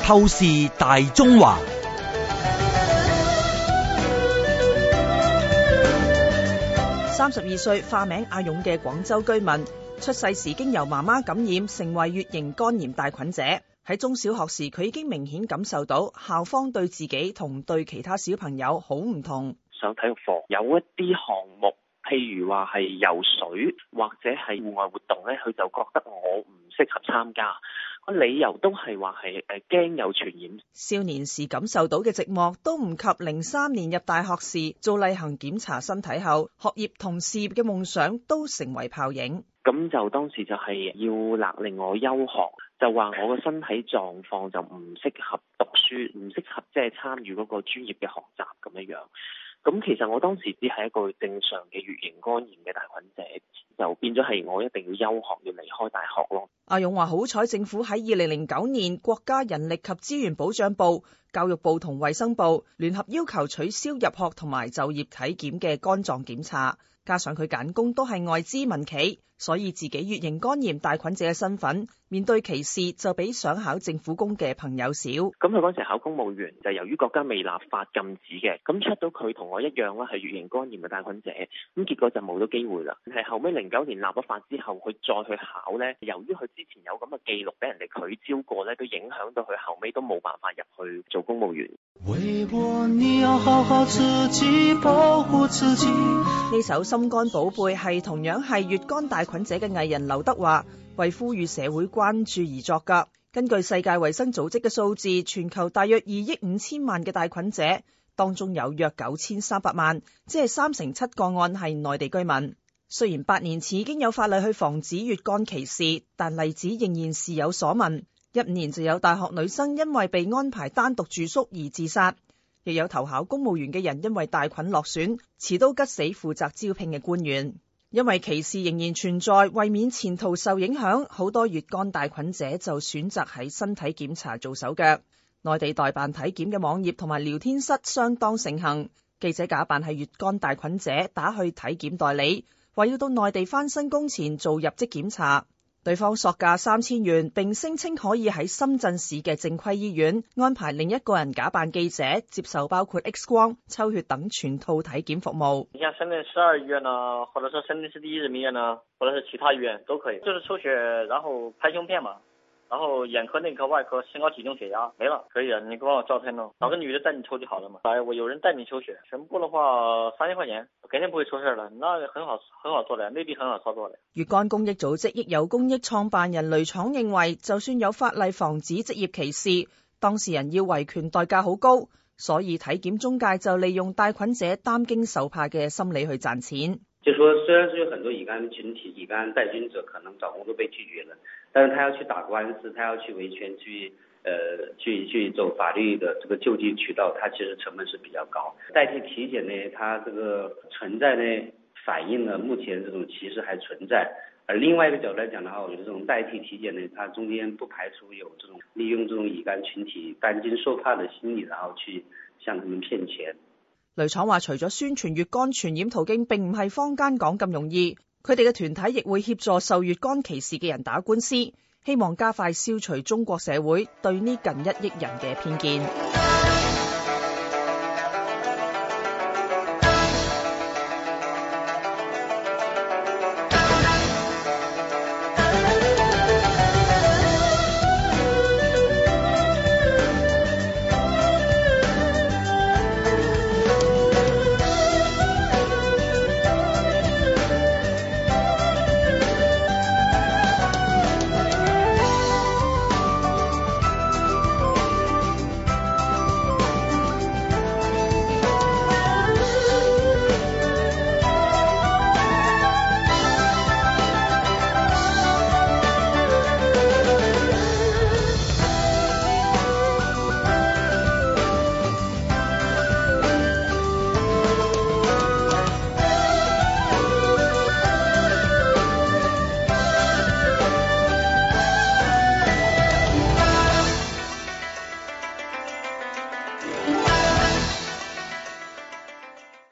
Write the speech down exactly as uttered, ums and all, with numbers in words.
透視大中華。 三十二歲化名阿勇嘅廣州居民，出世時經由媽媽感染成為乙型肝炎帶菌者。喺中小學時，佢已經明顯感受到校方對自己同對其他小朋友好唔同。 上體育課有一啲項目，譬如話係游水或者係戶外活動咧，佢就覺得我唔適合參加。個理由都係話係誒驚有傳染。 少年時感受到嘅寂寞都唔及零三年入大學時做例行檢查身體後，學業同事業嘅夢想都成為泡影。 咁就當時就係要勒令我休學，就話我個身體狀況就唔適合讀書，唔適合即係參與嗰個專業嘅學習咁樣樣。咁其實我當時只係一個正常嘅乙型肝炎嘅帶菌者，就變咗係我一定要休學，要離開大學咯。 阿勇話好彩政府喺二零零九年國家人力及資源保障部、教育部同衛生部聯合要求取消入學同埋就業體檢嘅肝臟檢查，加上佢揀工都係外資民企，所以自己乙型肝炎帶菌者嘅身份面對歧視就比想考政府工嘅朋友少。咁佢嗰陣時考公務員就由於國家未立法禁止嘅，咁出到佢同我一樣啦，係乙型肝炎嘅帶菌者，咁結果就冇咗機會啦。係後尾零九年立咗法之後，佢再去考呢，由於佢之前有咁嘅記錄俾人哋拒招過呢，都影響到佢後尾都冇辦法入去做公務員。 為我你要好好自己保護自己。呢首心肝寶貝係同樣係乙肝帶菌者嘅藝人劉德華為呼籲社會關注而作㗎。根據世界衛生組織嘅數字，全球大約二億五千萬嘅帶菌者，當中有約九千三百萬，即係三成七個案係內地居民。雖然八年前已經有法例去防止乙肝歧視，但例子仍然是有所聞。一五年就有大學女生因為被安排單獨住宿而自殺，亦有投考公務員嘅人因為帶菌落選，持刀吉死負責招聘嘅官員。因為歧視仍然存在，為免前途受影響，好多乙肝帶菌者就選擇喺身體檢查做手腳。內地代辦體檢嘅網頁同埋聊天室相當盛行，記者假扮係乙肝帶菌者打去體檢代理，話要到內地返新工前做入職檢查。對方索價三千元，並聲稱可以喺深圳市嘅正規醫院安排另一個人假扮記者，接受包括 X 光、抽血等全套體檢服務。 你像深圳市二醫院呢，或者說深圳市第一人民醫院呢，或者是其他醫院都可以，就是抽血，然後拍胸片嘛，然後眼科、內科、外科，身高、體重、血壓沒了，可以啊，你幫我照片咯，找個女的帶你抽就好了嘛。哎，我有人帶你抽血，全部的話三千塊錢，肯定不會出事了，那很好很好做的，內地很好操作的。 乙肝公益組織益友公益創辦人雷闖認為，就算有法例防止職業歧視，當事人要維權代價好高，所以體檢中介就利用帶菌者擔驚受怕嘅心理去賺錢。 就說雖然是有很多乙肝群體、乙肝帶菌者可能找工作被拒絕了，但是他要去打官司，他要去維權，去呃去去走法律的這個救濟渠道，它其實成本是比較高。代替體檢呢，它這個存在呢，反映了目前這種歧視還存在。而另外一個角度來講的話，我覺得這種代替體檢呢，它中間不排除有這種利用這種乙肝群體擔驚受怕的心理，然後去向他們騙錢。 雷闖話，除咗宣傳乙肝傳染途徑並唔係坊間講咁容易，佢哋嘅團體亦會協助受乙肝歧視嘅人打官司，希望加快消除中國社會對呢近一億人嘅偏見。